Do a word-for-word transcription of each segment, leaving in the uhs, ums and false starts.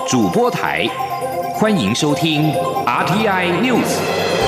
主播台，欢迎收听 R T I News。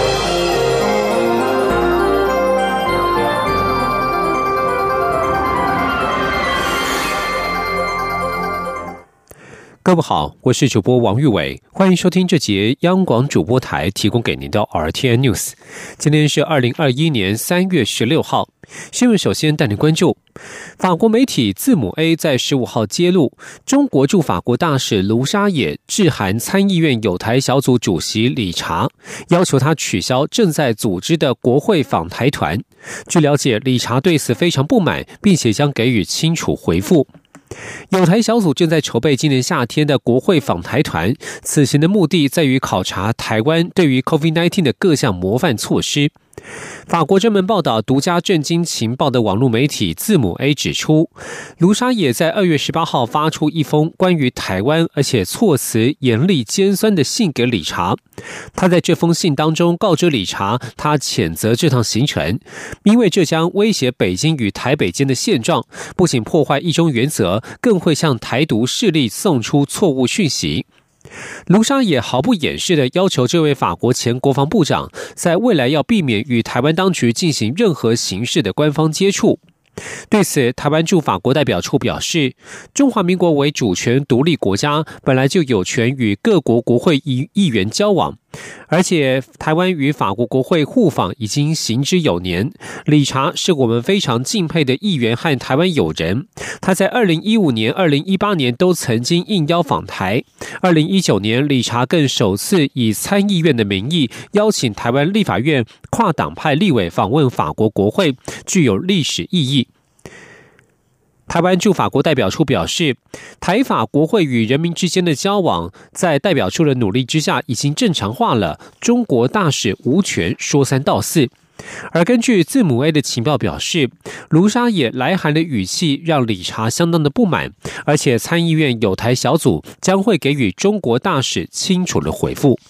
各位好，我是主播王玉伟，欢迎收听这节央广主播台提供给您的 R T I News。今天是二零二一年三月十六号，新闻首先带您关注。法国媒体字母 A 在十五号揭露，中国驻法国大使卢沙野致函参议院友台小组主席理查，要求他取消正在组织的国会访台团。据了解，理查对此非常不满，并且将给予清楚回复。友台小组正在筹备今年夏天的国会访台团，此行的目的在于考察台湾对于 COVID 十九 的各项模范措施。法国专门报道独家震惊情报的网络媒体字母 A 指出，卢沙野在二月十八号发出一封关于台湾而且措辞严厉尖酸的信给理查。他在这封信当中告知理查，他谴责这趟行程，因为这将威胁北京与台北间的现状，不仅破坏一中原则，更会向台独势力送出错误讯息。卢沙野毫不掩饰地要求这位法国前国防部长在未来要避免与台湾当局进行任何形式的官方接触。对此，台湾驻法国代表处表示，中华民国为主权独立国家，本来就有权与各国国会议议员交往，而且台湾与法国国会互访已经行之有年。理查是我们非常敬佩的议员和台湾友人，他在二零一五年、二零一八年都曾经应邀访台。二零一九年，理查更首次以参议院的名义邀请台湾立法院跨党派立委访问法国国会，具有历史意义。台湾驻法国代表处表示，台法国会与人民之间的交往，在代表处的努力之下已经正常化了，中国大使无权说三道四。而根据字母 A 的情报表示，卢沙野来函的语气让理查相当的不满，而且参议院友台小组将会给予中国大使清楚的回复。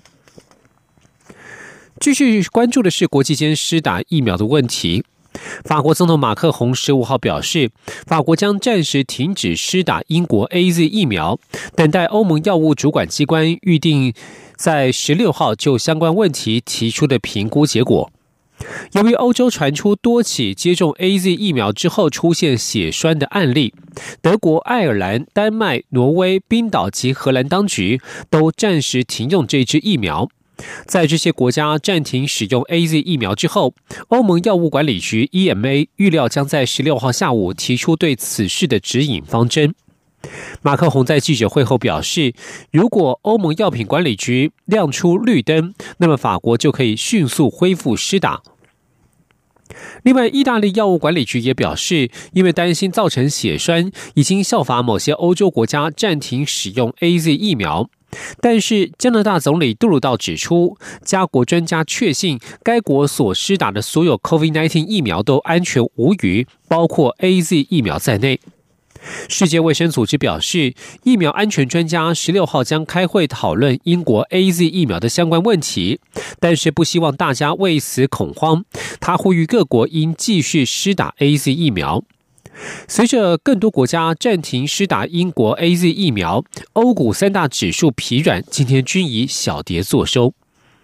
继续关注的是国际间施打疫苗的问题。法国总统马克宏十五号表示，法国将暂时停止施打英国 A Z 疫苗，等待欧盟药物主管机关预定在十六号就相关问题提出的评估结果。由于欧洲传出多起接种 A Z 疫苗之后出现血栓的案例，德国、爱尔兰、丹麦、挪威、冰岛及荷兰当局都暂时停用这支疫苗。在这些国家暂停使用 A Z 疫苗之后，欧盟药物管理局 E M A 预料将在十六号下午提出对此事的指引方针。马克宏在记者会后表示，如果欧盟药品管理局亮出绿灯，那么法国就可以迅速恢复施打。另外，意大利药物管理局也表示，因为担心造成血栓，已经效法某些欧洲国家暂停使用 A Z 疫苗。但是加拿大总理杜鲁道指出，加国专家确信该国所施打的所有 COVID 十九 疫苗都安全无虞，包括 A Z 疫苗在内。世界卫生组织表示，疫苗安全专家十六号将开会讨论英国 A Z 疫苗的相关问题，但是不希望大家为此恐慌。他呼吁各国应继续施打 A Z 疫苗。随着更多国家暂停施打英国 A Z 疫苗，欧股三大指数疲软，今天均以小跌作收。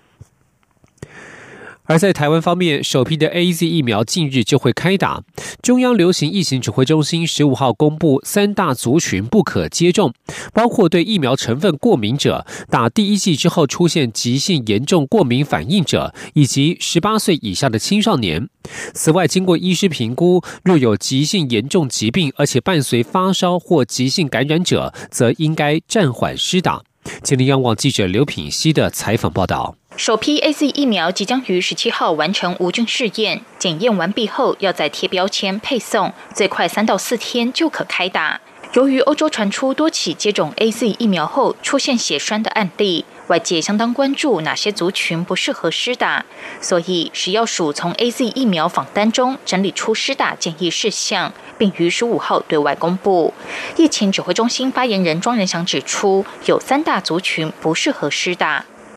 而在台湾方面，首批的 A Z 疫苗近日就会开打。中央流行疫情指挥中心十五号公布三大族群不可接种，包括对疫苗成分过敏者、打第一剂之后出现急性严重过敏反应者，以及十八岁以下的青少年。此外，经过医师评估，若有急性严重疾病而且伴随发烧或急性感染者，则应该暂缓施打。前天央网记者刘品希的采访报道。 首批 A Z 疫苗即将于十七号完成无菌试验，检验完毕后要再贴标签配送，最快三到四天就可开打。由于欧洲传出多起接种 A Z 疫苗后出现血栓的案例，外界相当关注哪些族群不适合施打，所以食药署从 A Z 疫苗访单中整理出施打建议事项，并于十五号对外公布。疫情指挥中心发言人庄仁祥指出，有三大族群不适合施打。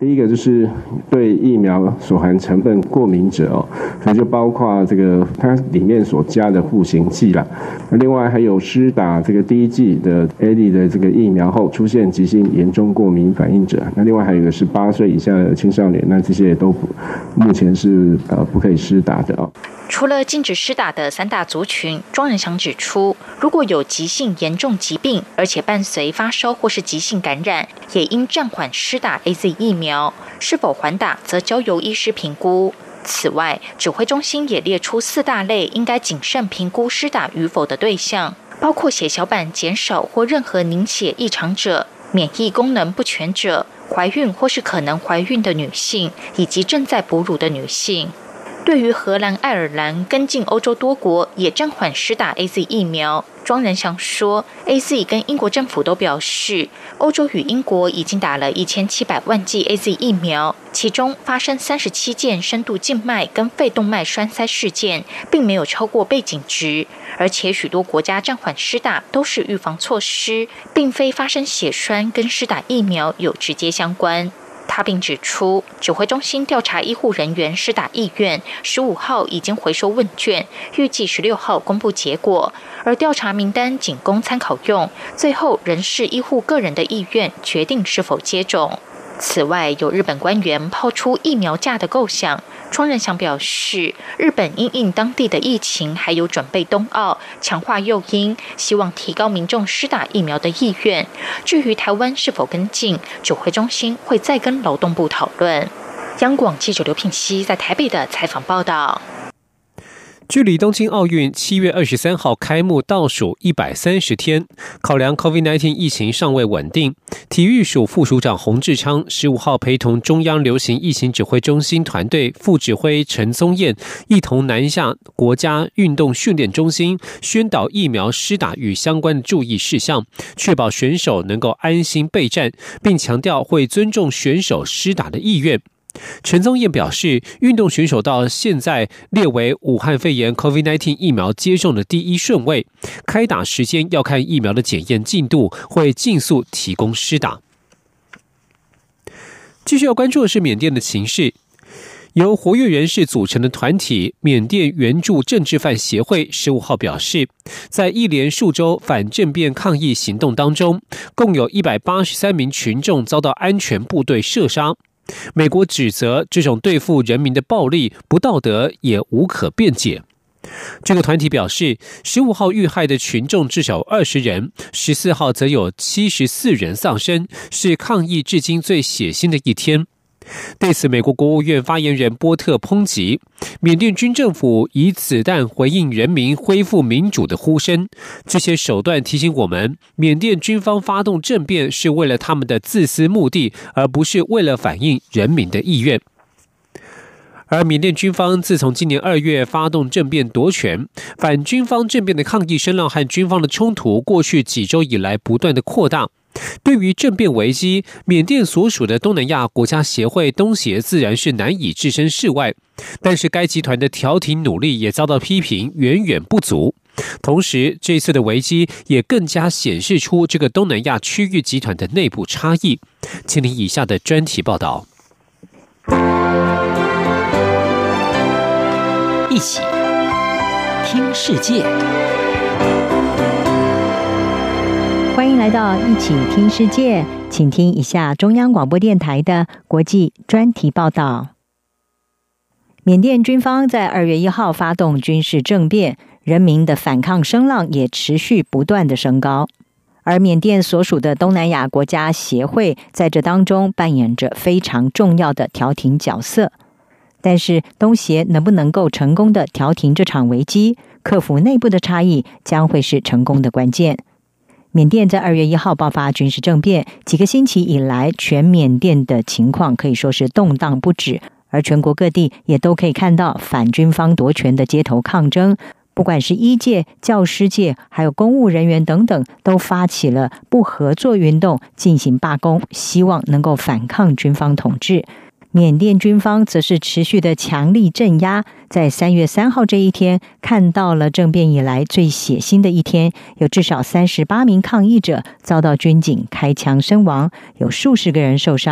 第一个就是对疫苗所含成分过敏者哦，所以就包括这个它里面所加的赋形剂啦。另外还有施打这个第一剂的 A Z 的这个疫苗后出现急性严重过敏反应者，那另外还有一个是八岁以下的青少年，那这些也都目前是呃不可以施打的哦。 除了禁止施打的三大族群，庄仁祥指出，如果有急性严重疾病，而且伴随发烧或是急性感染，也应暂缓施打 A Z 疫苗，是否缓打则交由医师评估。此外，指挥中心也列出四大类应该谨慎评估施打与否的对象，包括血小板减少或任何凝血异常者、免疫功能不全者、怀孕或是可能怀孕的女性，以及正在哺乳的女性。对于荷兰、爱尔兰跟进欧洲多国也暂缓施打 A Z 疫苗，庄仁祥说 ，A Z 跟英国政府都表示，欧洲与英国已经打了一千七百万剂 A Z 疫苗，其中发生三十七件深度静脉跟肺动脉栓塞事件，并没有超过背景值，而且许多国家暂缓施打都是预防措施，并非发生血栓跟施打疫苗有直接相关。他并指出，指挥中心调查医护人员施打意愿，十五号已经回收问卷，预计十六号公布结果，而调查名单仅供参考用，最后仍视医护个人的意愿决定是否接种。此外，有日本官员抛出疫苗假的构想，庄仁祥表示，日本因应当地的疫情，还有准备冬奥，强化诱因，希望提高民众施打疫苗的意愿。至于台湾是否跟进，指挥中心会再跟劳动部讨论。央广记者刘聘熙在台北的采访报道。 距离东京奥运七月二十三号开幕倒数一百三十天，考量 COVID 十九 疫情尚未稳定，体育署副署长洪志昌十五号陪同中央流行疫情指挥中心团队副指挥陈宗彦一同南下国家运动训练中心，宣导疫苗施打与相关的注意事项，确保选手能够安心备战，并强调会尊重选手施打的意愿。陈宗彦表示，运动选手到现在列为武汉肺炎 COVID 十九 疫苗接种的第一顺位，开打时间要看疫苗的检验进度，会尽速提供施打。继续要关注的是缅甸的情势。由活跃人士组成的团体缅甸援助政治犯协会十五号表示，在一连数周反政变抗议行动当中，共有一百八十三名群众遭到安全部队射杀。美国指责这种对付人民的暴力不道德，也无可辩解。这个团体表示，十五号遇害的群众至少二十人，十四号则有七十四人丧生，是抗议至今最血腥的一天。对此，美国国务院发言人波特抨击缅甸军政府以子弹回应人民恢复民主的呼声，这些手段提醒我们，缅甸军方发动政变是为了他们的自私目的，而不是为了反映人民的意愿。而缅甸军方自从今年二月发动政变夺权，反军方政变的抗议声浪和军方的冲突，过去几周以来不断的扩大。对于政变危机，缅甸所属的东南亚国家协会东协自然是难以置身事外，但是该集团的调停努力也遭到批评，远远不足。同时，这次的危机也更加显示出这个东南亚区域集团的内部差异。请听以下的专题报道。 一起听世界。 欢迎来到一起听世界，请听一下中央广播电台的国际专题报道。缅甸军方在二月一号发动军事政变，人民的反抗声浪也持续不断的升高，而缅甸所属的东南亚国家协会在这当中扮演着非常重要的调停角色。但是东协能不能够成功的调停这场危机，克服内部的差异，将会是成功的关键。缅甸在二月一号爆发军事政变，几个星期以来，全缅甸的情况可以说是动荡不止，而全国各地也都可以看到反军方夺权的街头抗争，不管是医界、教师界，还有公务人员等等，都发起了不合作运动，进行罢工，希望能够反抗军方统治。缅甸军方则是持续的强力镇压，在三月三号这一天，看到了政变以来最血腥的一天，有至少三十八名抗议者遭到军警开枪身亡，有数十个人受伤，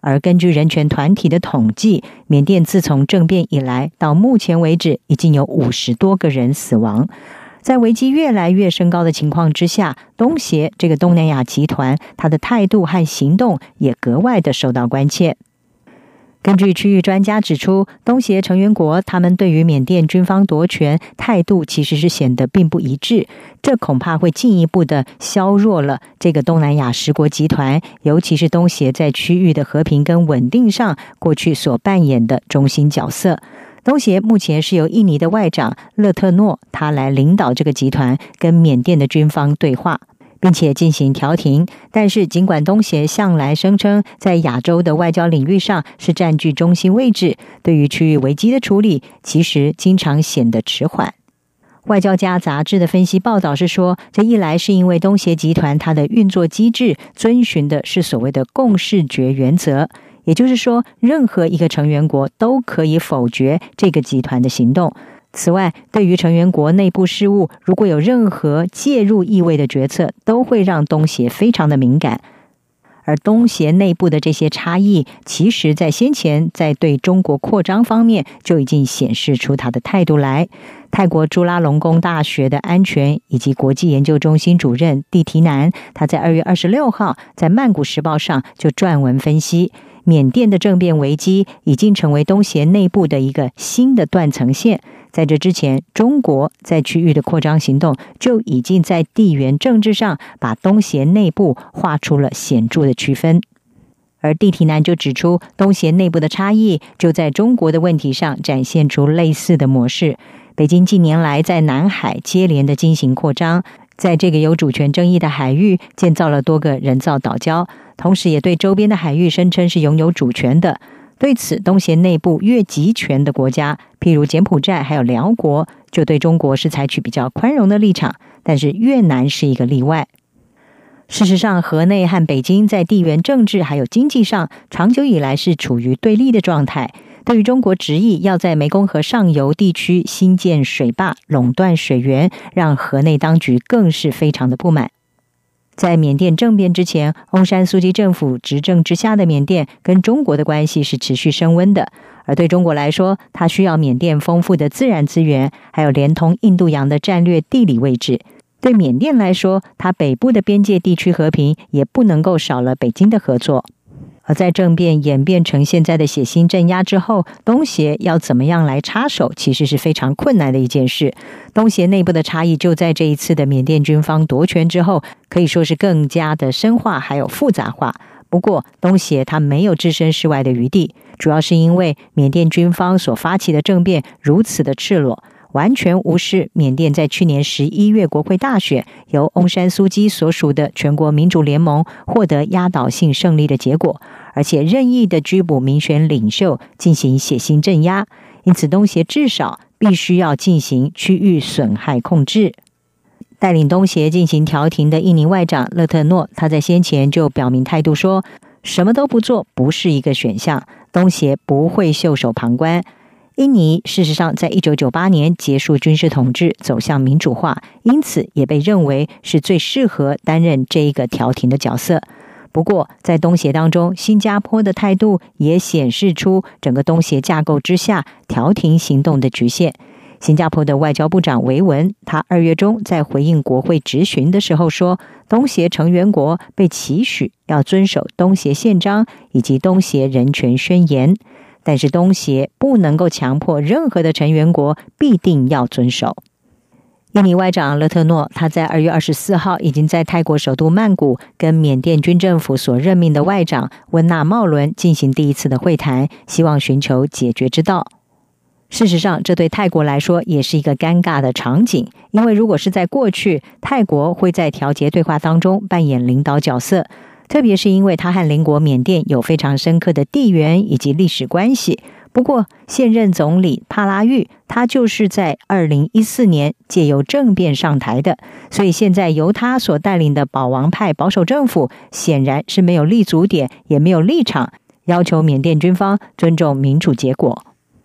而根据人权团体的统计，缅甸自从政变以来到目前为止已经有五十多个人死亡。在危机越来越升高的情况之下，东协这个东南亚集团它的态度和行动也格外的受到关切。根据区域专家指出，东协成员国他们对于缅甸军方夺权态度其实是显得并不一致，这恐怕会进一步的削弱了这个东南亚十国集团，尤其是东协在区域的和平跟稳定上过去所扮演的中心角色。东协目前是由印尼的外长勒特诺他来领导这个集团跟缅甸的军方对话，并且进行调停。但是尽管东协向来声称在亚洲的外交领域上是占据中心位置，对于区域危机的处理其实经常显得迟缓。外交家杂志的分析报道是说，这一来是因为东协集团它的运作机制遵循的是所谓的共识决原则，也就是说任何一个成员国都可以否决这个集团的行动。此外，对于成员国内部事务，如果有任何介入意味的决策，都会让东协非常的敏感。而东协内部的这些差异，其实在先前在对中国扩张方面就已经显示出他的态度来。泰国朱拉隆功大学的安全以及国际研究中心主任蒂提南，他在二月二十六号在曼谷时报上就撰文分析，缅甸的政变危机已经成为东协内部的一个新的断层线。在这之前，中国在区域的扩张行动就已经在地缘政治上把东协内部画出了显著的区分。而蒂提南就指出，东协内部的差异就在中国的问题上展现出类似的模式。北京近年来在南海接连的进行扩张，在这个有主权争议的海域建造了多个人造岛礁，同时也对周边的海域声称是拥有主权的。对此，东协内部越集权的国家，譬如柬埔寨还有辽国，就对中国是采取比较宽容的立场，但是越南是一个例外。事实上，河内和北京在地缘政治还有经济上长久以来是处于对立的状态，对于中国执意要在湄公河上游地区新建水坝垄断水源，让河内当局更是非常的不满。在缅甸政变之前，翁山苏姬政府执政之下的缅甸跟中国的关系是持续升温的，而对中国来说，它需要缅甸丰富的自然资源，还有连通印度洋的战略地理位置。对缅甸来说，它北部的边界地区和平也不能够少了北京的合作。而在政变演变成现在的血腥镇压之后，东协要怎么样来插手，其实是非常困难的一件事。东协内部的差异就在这一次的缅甸军方夺权之后，可以说是更加的深化还有复杂化。不过东协它没有置身事外的余地，主要是因为缅甸军方所发起的政变如此的赤裸，完全无视缅甸在去年十一月国会大选由翁山苏姬所属的全国民主联盟获得压倒性胜利的结果，而且任意的拘捕民选领袖，进行血腥镇压。因此东协至少必须要进行区域损害控制。带领东协进行调停的印尼外长勒特诺，他在先前就表明态度说，什么都不做不是一个选项，东协不会袖手旁观。印尼事实上在一九九八年结束军事统治，走向民主化，因此也被认为是最适合担任这一个调停的角色。不过在东协当中，新加坡的态度也显示出整个东协架构之下调停行动的局限。新加坡的外交部长维文，他二月中在回应国会质询的时候说，东协成员国被期许要遵守东协宪章以及东协人权宣言，但是东协不能够强迫任何的成员国必定要遵守。印尼外长勒特诺，他在二月二十四号已经在泰国首都曼谷跟缅甸军政府所任命的外长温纳茂伦进行第一次的会谈，希望寻求解决之道。事实上，这对泰国来说也是一个尴尬的场景，因为如果是在过去，泰国会在调节对话当中扮演领导角色，特别是因为它和邻国缅甸有非常深刻的地缘以及历史关系。不过现任总理帕拉育，他就是在二零一四年借由政变上台的，所以现在由他所带领的保王派保守政府显然是没有立足点，也没有立场要求缅甸军方尊重民主结果。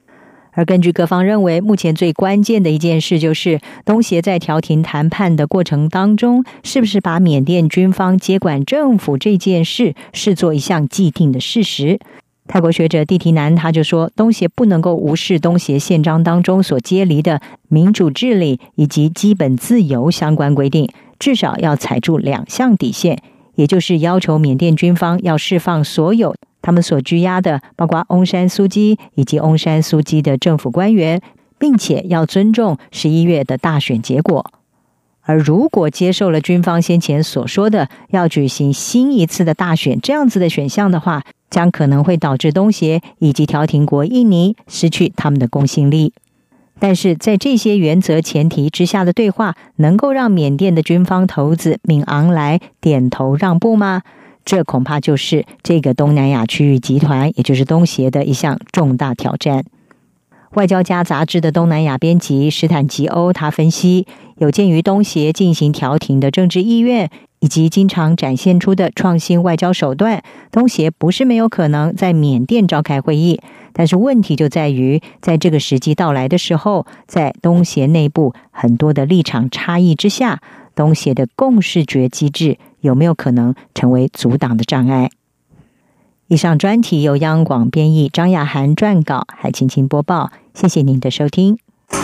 而根据各方认为，目前最关键的一件事就是东协在调停谈判的过程当中，是不是把缅甸军方接管政府这件事视作一项既定的事实。泰国学者蒂提南他就说，东协不能够无视东协宪章当中所接离的民主治理以及基本自由相关规定，至少要踩住两项底线，也就是要求缅甸军方要释放所有他们所拘押的包括翁山苏基以及翁山苏基的政府官员，并且要尊重十一月的大选结果。而如果接受了军方先前所说的要举行新一次的大选这样子的选项的话，将可能会导致东协以及调停国印尼失去他们的公信力。但是在这些原则前提之下的对话，能够让缅甸的军方头子敏昂莱点头让步吗？这恐怕就是这个东南亚区域集团，也就是东协的一项重大挑战。外交家杂志的东南亚编辑史坦吉欧他分析，有鉴于东协进行调停的政治意愿以及经常展现出的创新外交手段，东协不是没有可能在缅甸召开会议，但是问题就在于在这个时机到来的时候，在东协内部很多的立场差异之下，东协的共识决机制有没有可能成为阻挡的障碍。以上专题由央广编译，张雅涵撰稿，海青青播报。谢谢您的收听。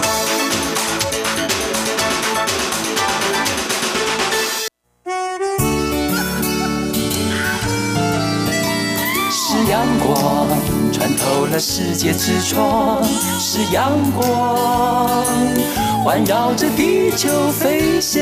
是阳光穿透了世界之窗，是阳光环绕着地球飞翔。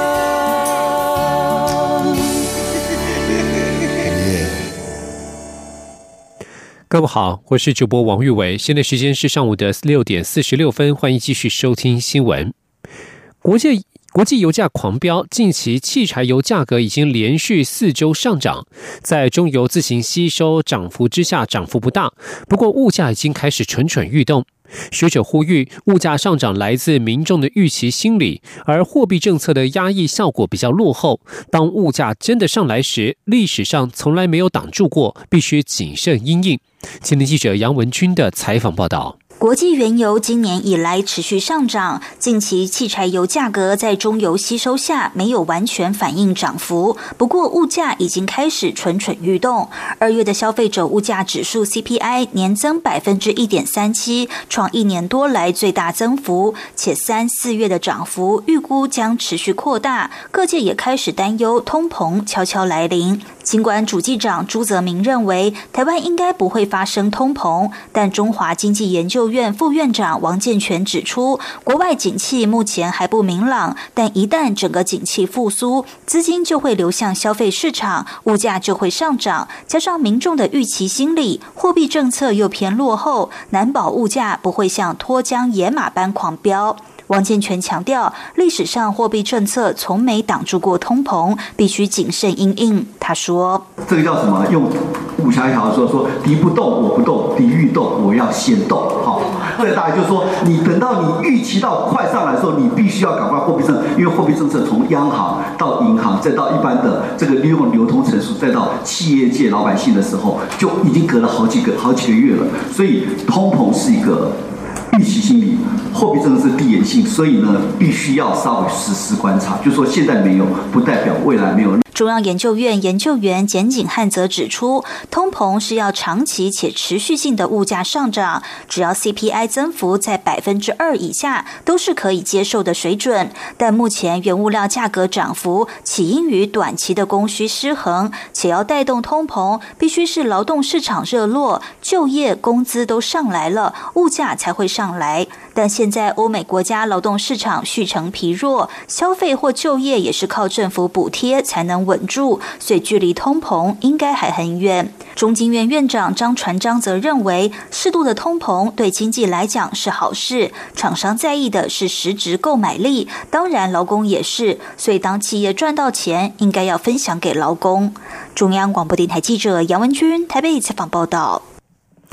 各位好，我是主播王玉伟，现在时间是上午的六点四十六分，欢迎继续收听新闻。国际国际油价狂飙，近期汽柴油价格已经连续四周上涨，在中油自行吸收涨幅之下，涨幅不大，不过物价已经开始蠢蠢欲动。学者呼吁，物价上涨来自民众的预期心理，而货币政策的压抑效果比较落后。当物价真的上来时，历史上从来没有挡住过，必须谨慎因应。今天记者杨文君的采访报道。 国际原油今年以来持续上涨，近期汽柴油价格在中油吸收下没有完全反映涨幅，不过物价已经开始蠢蠢欲动。二月的消费者物价指数 C P I 年增 百分之一点三七， 创一年多来最大增幅，且三四月的涨幅预估将持续扩大，各界也开始担忧通膨悄悄来临。尽管主计长朱泽明认为台湾应该不会发生通膨，但中华经济研究院副院长王健全指出，国外景气目前还不明朗，但一旦整个景气复苏，资金就会流向消费市场，物价就会上涨，加上民众的预期心理，货币政策又偏落后，难保物价不会像脱缰野马般狂飙。王健全强调，历史上货币政策从没挡住过通膨，必须谨慎因应。他说：“ 这个叫什么？用武侠一条说说，敌不动我不动，敌欲动我要先动。好，这大概就是说，你等到你预期到快上来的时候，你必须要赶快货币政策，因为货币政策从央行到银行，再到一般的这个利用流通成熟，再到企业界老百姓的时候，就已经隔了好几个好几个月了。所以通膨是一个预期心理。”货币政策是递延性，所以呢，必须要稍微实时观察。就说现在没有，不代表未来没有。 中央研究院研究员简景汉则指出，通膨是要长期且持续性的物价上涨，只要 C P I 增幅在百分之二以下，都是可以接受的水准。但目前原物料价格涨幅起因于短期的供需失衡，且要带动通膨，必须是劳动市场热络，就业工资都上来了，物价才会上来。但现在欧美国家劳动市场续成疲弱，消费或就业也是靠政府补贴才能稳住，所以距离通膨应该还很远。中经院院长张传章则认为，适度的通膨对经济来讲是好事，厂商在意的是实质购买力，当然劳工也是，所以当企业赚到钱，应该要分享给劳工。中央广播电台记者杨文君台北采访报道。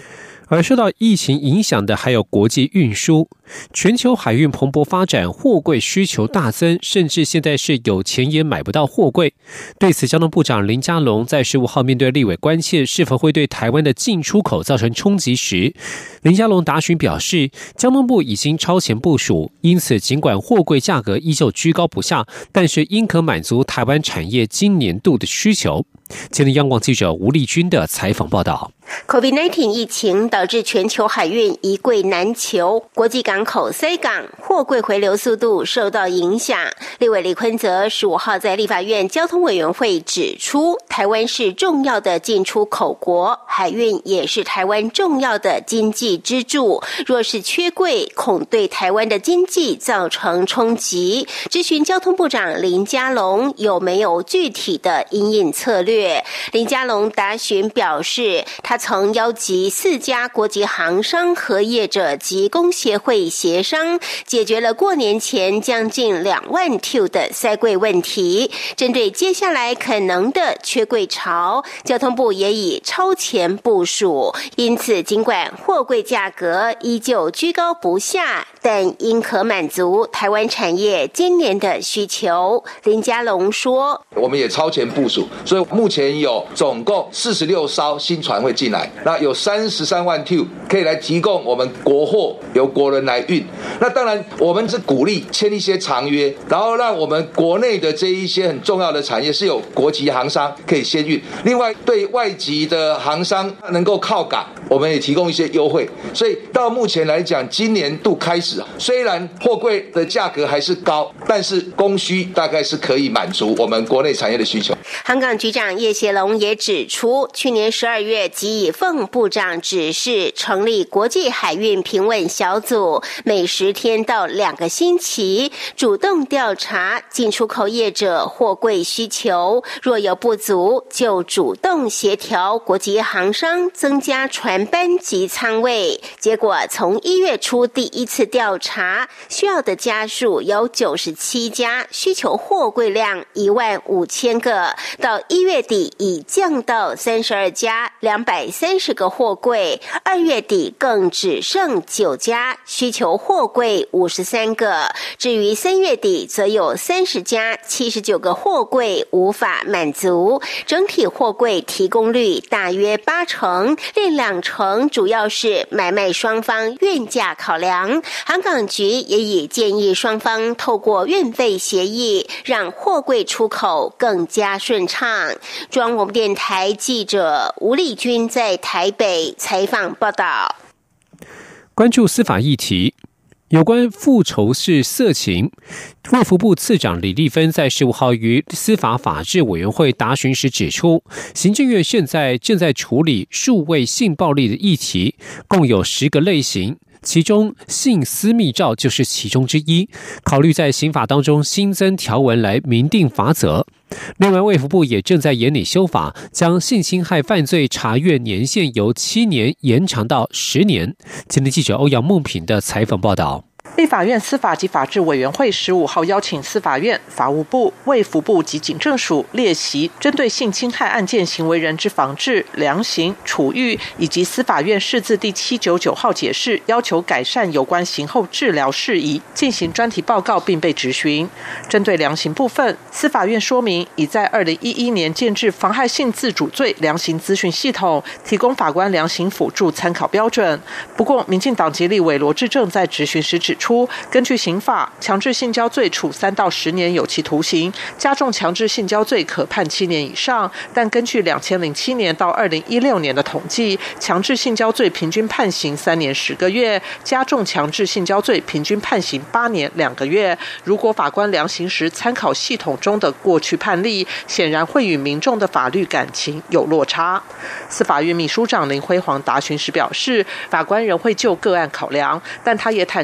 而受到疫情影响的还有国际运输，全球海运蓬勃发展，货柜需求大增，甚至现在是有钱也买不到货柜。对此，交通部长林佳龙在十五号面对立委关切是否会对台湾的进出口造成冲击时，林佳龙答询表示，交通部已经超前部署，因此尽管货柜价格依旧居高不下，但是应可满足台湾产业今年度的需求。前天央广记者吴丽君的采访报道。 COVID 十九 疫情导致全球海运一柜难求，国际港口塞港，货柜回流速度受到影响。立委李坤则十五号在立法院交通委员会指出，台湾是重要的进出口国，海运也是台湾重要的经济支柱。若是缺柜，恐对台湾的经济造成冲击。质询交通部长林佳龙有没有具体的因应策略？林佳龙答询表示，他曾邀集四家国际航商和业者及工协会协商，解决了过年前将近两万 T 的塞柜问题。针对接下来可能的缺柜潮，交通部也已超前部署。因此，尽管货柜价格依旧居高不下，但应可满足台湾产业今年的需求。林佳龙说：“ 我们也超前部署，所以目前有总共四十六艘新船会进来，那有三十三万 T 可以来提供我们国货由国人来运。那当然，我们是鼓励签一些长约，然后让我们国内的这一些很重要的产业是有国际航商可以先运。另外，对外籍的航商能够靠港，我们也提供一些优惠。所以到目前来讲，今年度开始，虽然货柜的价格还是高，但是供需大概是可以满足我们国内产业的需求。” 航港局长叶协龙也指出，去年十二月即以奉部长指示成立国际海运评问小组，每十天到两个星期主动调查进出口业者货柜需求，若有不足，就主动协调国际航商增加船班及舱位。结果从一月初第一次调查，需要的家数有九十七家，需求货柜量一万五千个，到一月底已降到三十二家，两百三十个货柜，二月底更只剩九家，需求货柜五十三个。至于三月底，则有三十家，七十九个货柜无法满足，整体货柜提供率大约八成，另两成主要是买卖双方运价考量。航港局也已建议双方透过运费协议，让货柜出口更加顺畅。中央广播电台记者吴丽君在台北采访报道。 关注司法议题，有关复仇式色情，卫福部次长李丽芬在十五号于司法法制委员会答询时指出，行政院现在正在处理数位性暴力的议题，共有十个类型，其中性私密照就是其中之一，考虑在刑法当中新增条文来明定罚则。另外，卫福部也正在研拟修法，将性侵害犯罪查阅年限由七年延长到十年。今天记者欧阳梦平的采访报道。 立法院司法及法制委员会十五号邀请司法院、法务部、卫福部及警政署列席针对性侵害案件行为人之防治、量刑、处遇以及司法院释字第七百九十九号解释，要求改善有关刑后治疗事宜，进行专题报告并被质询。针对量刑部分，司法院说明已在二零一一年建制妨害性自主罪量刑资讯系统，提供法官量刑辅助参考标准。不过，民进党籍立委罗致政在质询时指出，根据刑法，强制性交罪处三到十年有期徒刑，加重强制性交罪可判七年以上。但根据两千零七年到二零一六年的统计，强制性交罪平均判刑三年十个月，加重强制性交罪平均判刑八年两个月。如果法官量刑时参考系统中的过去判例，显然会与民众的法律感情有落差。司法院秘书长林辉煌答询时表示，法官仍会就个案考量，但他也坦诚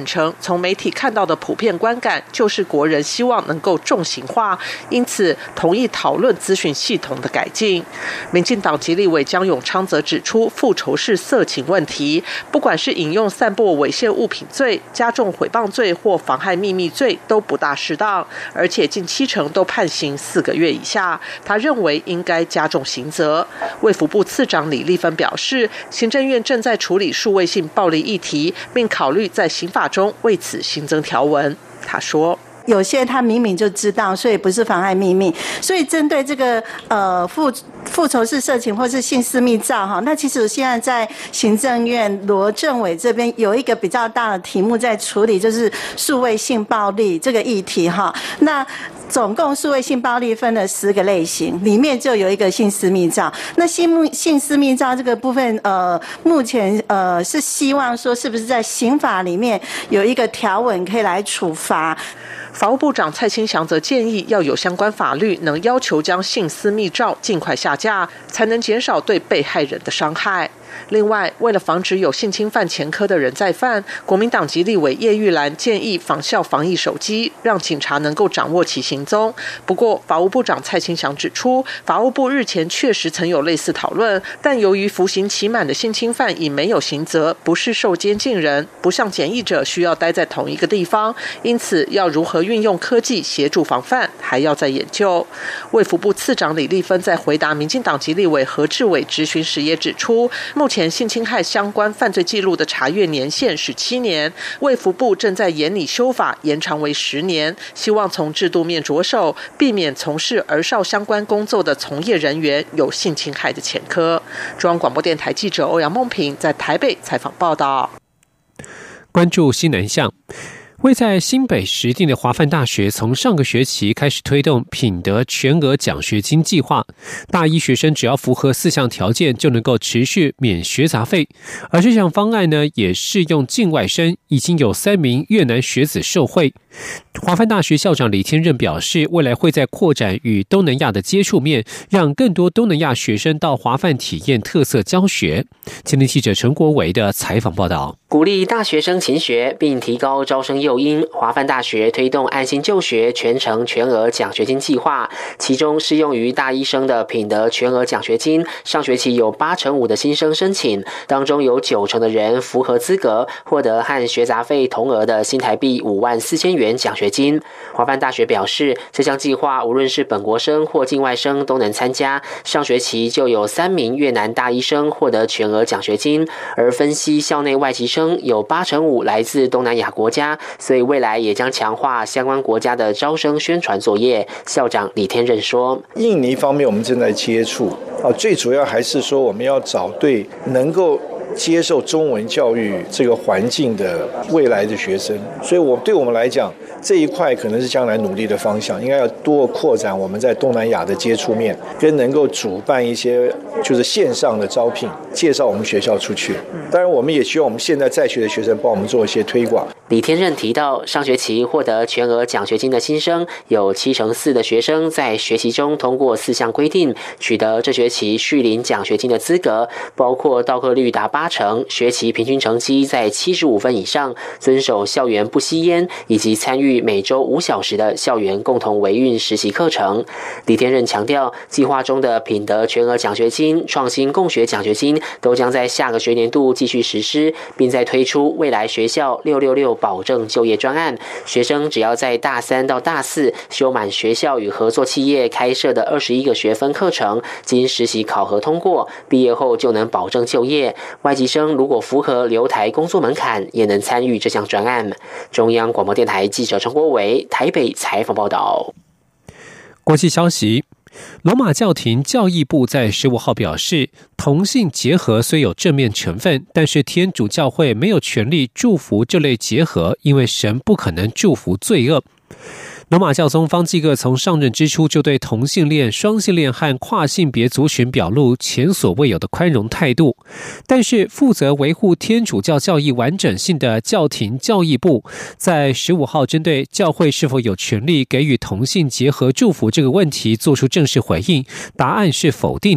从媒体看到的普遍观感就是国人希望能够重刑化，因此同意讨论资讯系统的改进。民进党籍立委江永昌则指出，复仇式色情问题，不管是引用散播猥亵物品罪、加重毁谤罪或妨害秘密罪都不大适当，而且近七成都判刑四个月以下。他认为应该加重刑责。卫福部次长李丽芬表示，行政院正在处理数位性暴力议题，并考虑在刑法中为此新增条文。他说， 有些他明明就知道，所以不是妨害秘密。所以针对这个呃复复仇式色情或是性私密照哈，那其实现在在行政院罗政委这边有一个比较大的题目在处理，就是数位性暴力这个议题哈。那总共数位性暴力分了十个类型，里面就有一个性私密照。那性性私密照这个部分，呃，目前呃是希望说，是不是在刑法里面有一个条文可以来处罚？ 法务部长蔡清祥则建议，要有相关法律能要求将性私密照尽快下架，才能减少对被害人的伤害。另外，为了防止有性侵犯前科的人再犯，国民党籍立委叶玉兰建议仿效防疫手机，让警察能够掌握其行踪。不过，法务部长蔡清祥指出，法务部日前确实曾有类似讨论，但由于服刑期满的性侵犯已没有刑责，不是受监禁人，不像检疫者需要待在同一个地方，因此要如何运用科技协助防范，还要再研究。卫福部次长李丽芬在回答民进党籍立委何志伟质询时也指出，目前性侵害相关犯罪记录的查阅年限是七年，卫福部正在研拟修法，延长为十年，希望从制度面着手，避免从事儿少相关工作的从业人员有性侵害的前科。中央广播电台记者欧阳梦平在台北采访报道。 关注西南向。位在新北石碇的华梵大学从上个学期开始推动品德全额奖学金计划，大一学生只要符合四项条件就能够持续免学杂费，而这项方案呢也适用境外生，已经有三名越南学子受惠。华梵大学校长李天任表示，未来会在扩展与东南亚的接触面，让更多东南亚学生到华梵体验特色教学。前天记者陈国维的采访报道。 鼓励大学生勤学并提高招生诱因，华梵大学推动安心就学全程全额奖学金计划，其中适用于大一生的品德全额奖学金，上学期有八成五的新生申请，当中有九成的人符合资格，获得和学杂费同额的新台币五万四千元奖学金。华梵大学表示，这项计划无论是本国生或境外生都能参加，上学期就有三名越南大一生获得全额奖学金，而分析校内外籍生有八成五来自东南亚国家，所以未来也将强化相关国家的招生宣传作业。校长李天任说， 印尼方面我们正在接触，最主要还是说我们要找对能够接受中文教育这个环境的未来的学生，所以我对我们来讲，这一块可能是将来努力的方向，应该要多扩展我们在东南亚的接触面，跟能够主办一些就是线上的招聘，介绍我们学校出去。当然我们也希望我们现在在学的学生帮我们做一些推广。 李天任提到，上学期获得全额奖学金的新生有七成四的学生在学习中通过四项规定，取得这学期续领奖学金的资格，包括到课率达八成，学期平均成绩在七十五分以上，遵守校园不吸烟，以及参与每周五小时的校园共同维运实习课程。李天任强调，计划中的品德全额奖学金、创新共学奖学金都将在下个学年度继续实施，并在推出未来学校六六六保证就业专案，学生只要在大三到大四修满学校与合作企业开设的二十一个学分课程，经实习考核通过，毕业后就能保证就业。外籍生如果符合留台工作门槛，也能参与这项专案。中央广播电台记者陈国伟台北采访报道。 国际消息，罗马教廷教义部在十五号表示，同性结合虽有正面成分，但是天主教会没有权利祝福这类结合，因为神不可能祝福罪恶。罗马教宗方济各从上任之初就对同性恋、双性恋和跨性别族群表露前所未有的宽容态度，但是负责维护天主教教义完整性的教廷教义部在十五号针对教会是否有权利给予同性结合祝福这个问题做出正式回应，答案是否定的。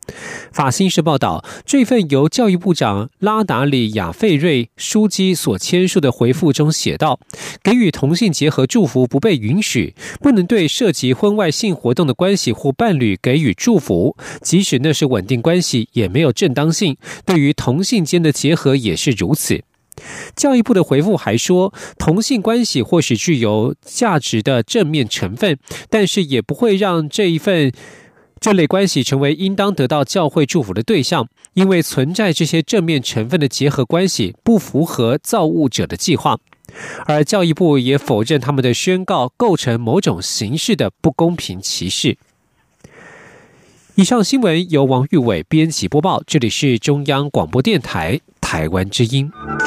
法新社报道，这份由教育部长拉达里亚费瑞书记所签署的回复中写道，给予同性结合祝福不被允许，不能对涉及婚外性活动的关系或伴侣给予祝福，即使那是稳定关系也没有正当性，对于同性间的结合也是如此。教育部的回复还说，同性关系或许具有价值的正面成分，但是也不会让这一份这类关系成为应当得到教会祝福的对象，因为存在这些正面成分的结合关系不符合造物者的计划。而教育部也否认他们的宣告构成某种形式的不公平歧视。以上新闻由王玉伟编辑播报，这里是中央广播电台台湾之音。